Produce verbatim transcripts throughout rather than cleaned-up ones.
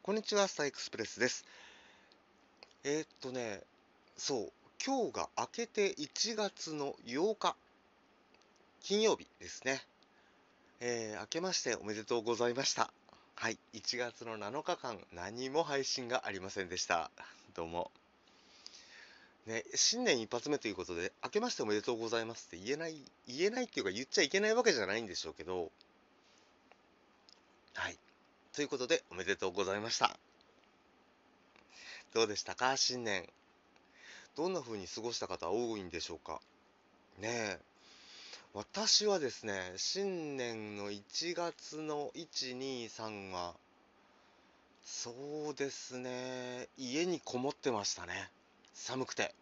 こんにちは、スターエクスプレスです。えーっとね、そう、今日が明けていちがつのようか、金曜日ですね。えー、明けましておめでとうございました。はい、いちがつのなのかかん、何も配信がありませんでした。どうも。ね、新年一発目ということで、明けましておめでとうございますって言えない、言えないっていうか言っちゃいけないわけじゃないんでしょうけど、はい。ということで、おめでとうございました。どうでしたか、新年。どんな風に過ごした方多いんでしょうか。ねえ。私はですね、新年のいちがつのいち、に、さんは、そうですね、家にこもってましたね。寒くて。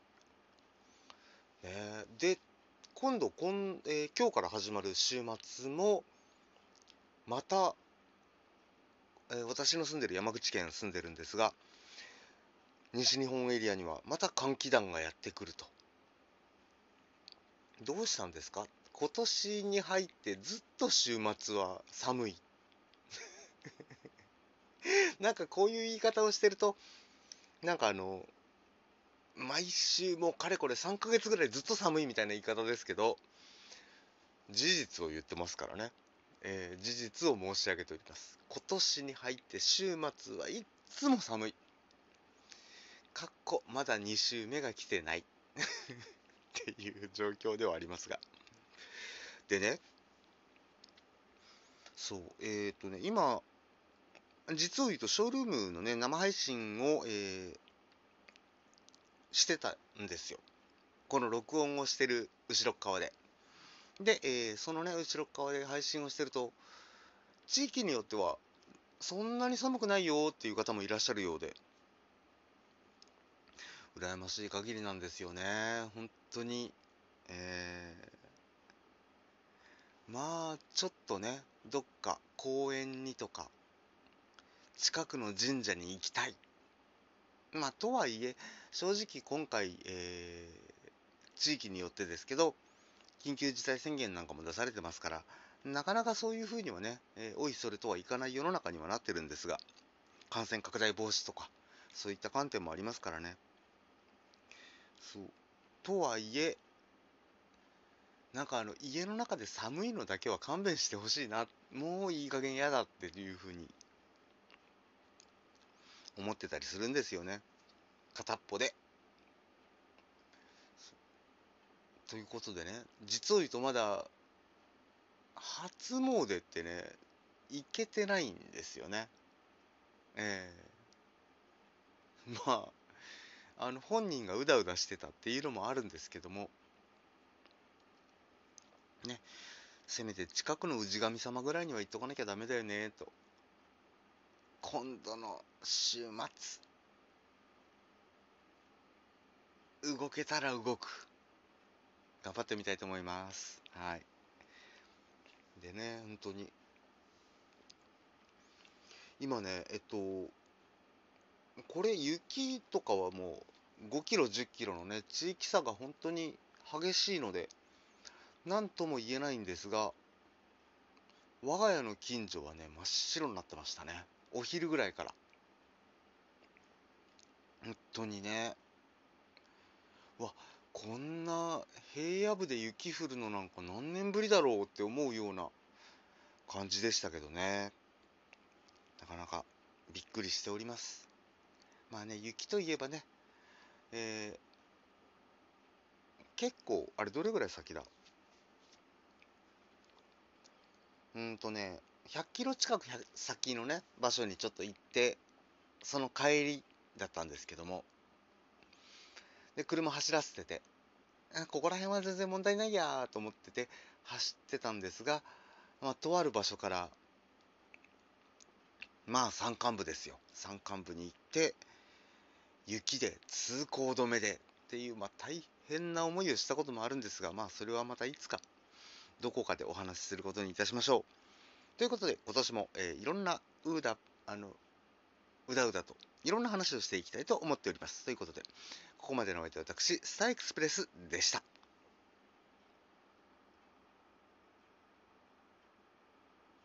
ね、で、今度こん、えー今日から始まる週末も、また、えー私の住んでる山口県住んでるんですが、西日本エリアにはまた寒気団がやってくると。どうしたんですか？今年に入ってずっと週末は寒い。なんかこういう言い方をしてると、なんかあの、毎週もうかれこれさんかげつぐらいずっと寒いみたいな言い方ですけど、事実を言ってますからね。えー事実を申し上げております。今年に入って週末はいっつも寒い。かっこまだに週目が来てないっていう状況ではありますが。でね、そう、えっとね、今、実を言うとショールームのね、生配信を、えーしてたんですよ。この録音をしてる後ろっ側で。で、えーそのね、後ろっ側で配信をしてると、地域によってはそんなに寒くないよっていう方もいらっしゃるようで、羨ましい限りなんですよね。本当に。えー、まあ、ちょっとね、どっか公園にとか、近くの神社に行きたい。まあ、とはいえ、正直今回、えー地域によってですけど、緊急事態宣言なんかも出されてますから、なかなかそういうふうにはね、えーおいそれとはいかない世の中にはなってるんですが、感染拡大防止とか、そういった観点もありますからね。そう。とはいえ、なんかあの、家の中で寒いのだけは勘弁してほしいな。もういい加減嫌だっていうふうに思ってたりするんですよね。片っぽで。ということでね、実を言うとまだ、初詣ってね、行けてないんですよね。ええまあ、あの、本人がうだうだしてたっていうのもあるんですけども、ね、せめて近くの氏神様ぐらいには行っとかなきゃダメだよね、と。今度の週末、動けたら動く。頑張ってみたいと思います。はい。でね、本当に。今ね、えっと、これ雪とかはもうごキロ、じゅっキロのね、地域差が本当に激しいので、何とも言えないんですが、我が家の近所はね、真っ白になってましたね。お昼ぐらいから。本当にね。わ、こんな平野部で雪降るのなんか何年ぶりだろうって思うような感じでしたけどね。なかなかびっくりしております。まあね、雪といえばね、えー結構、あれどれぐらい先だうーんとね、ひゃっキロ近く先のね、場所にちょっと行って、その帰りだったんですけども、で、車走らせてて、あここら辺は全然問題ないやーと思ってて、走ってたんですが、まあ、とある場所から、まあ、山間部ですよ。山間部に行って、雪で通行止めでっていう、まあ、大変な思いをしたこともあるんですが、まあ、それはまたいつか、どこかでお話しすることにいたしましょう。ということで、今年も、えーいろんなうーだ、あの、うだうだと、いろんな話をしていきたいと思っております。ということで、ここまでのお相手は私、スターエクスプレスでした。